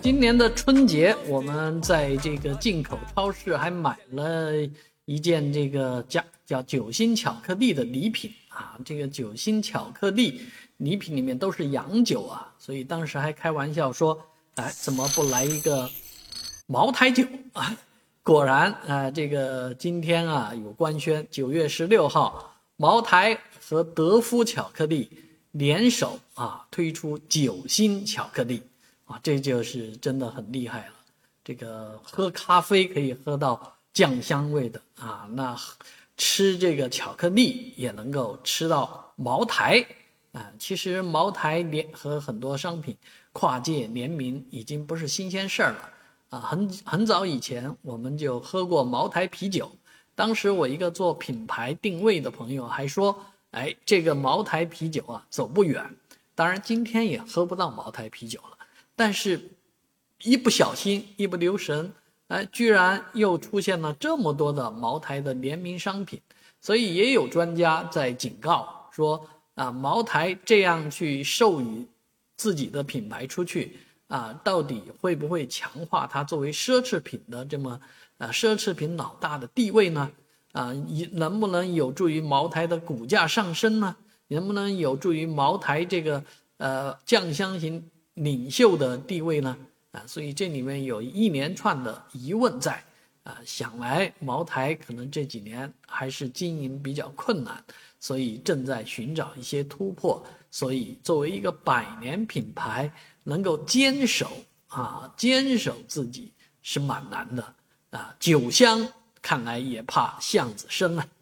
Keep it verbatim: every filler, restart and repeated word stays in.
今年的春节，我们在这个进口超市还买了一件这个叫叫酒心巧克力的礼品啊。这个酒心巧克力礼品里面都是洋酒啊，所以当时还开玩笑说，哎，怎么不来一个茅台酒啊？果然啊，这个今天啊有官宣，九月十六号，茅台和德芙巧克力联手啊推出酒心巧克力。啊，这就是真的很厉害了。这个喝咖啡可以喝到酱香味的啊，那吃这个巧克力也能够吃到茅台啊。其实茅台联和很多商品跨界联名已经不是新鲜事儿了啊。很很早以前我们就喝过茅台啤酒，当时我一个做品牌定位的朋友还说，哎，这个茅台啤酒啊走不远。当然今天也喝不到茅台啤酒了。但是，一不小心，一不留神，哎，居然又出现了这么多的茅台的联名商品，所以也有专家在警告说，啊，茅台这样去授予自己的品牌出去，啊，到底会不会强化它作为奢侈品的这么，啊，奢侈品老大的地位呢？啊，能不能有助于茅台的股价上升呢？能不能有助于茅台这个呃酱香型领袖的地位呢？啊，所以这里面有一连串的疑问在啊，想来茅台可能这几年还是经营比较困难，所以正在寻找一些突破。所以作为一个百年品牌，能够坚守啊，坚守自己是蛮难的啊。酒香看来也怕巷子深啊。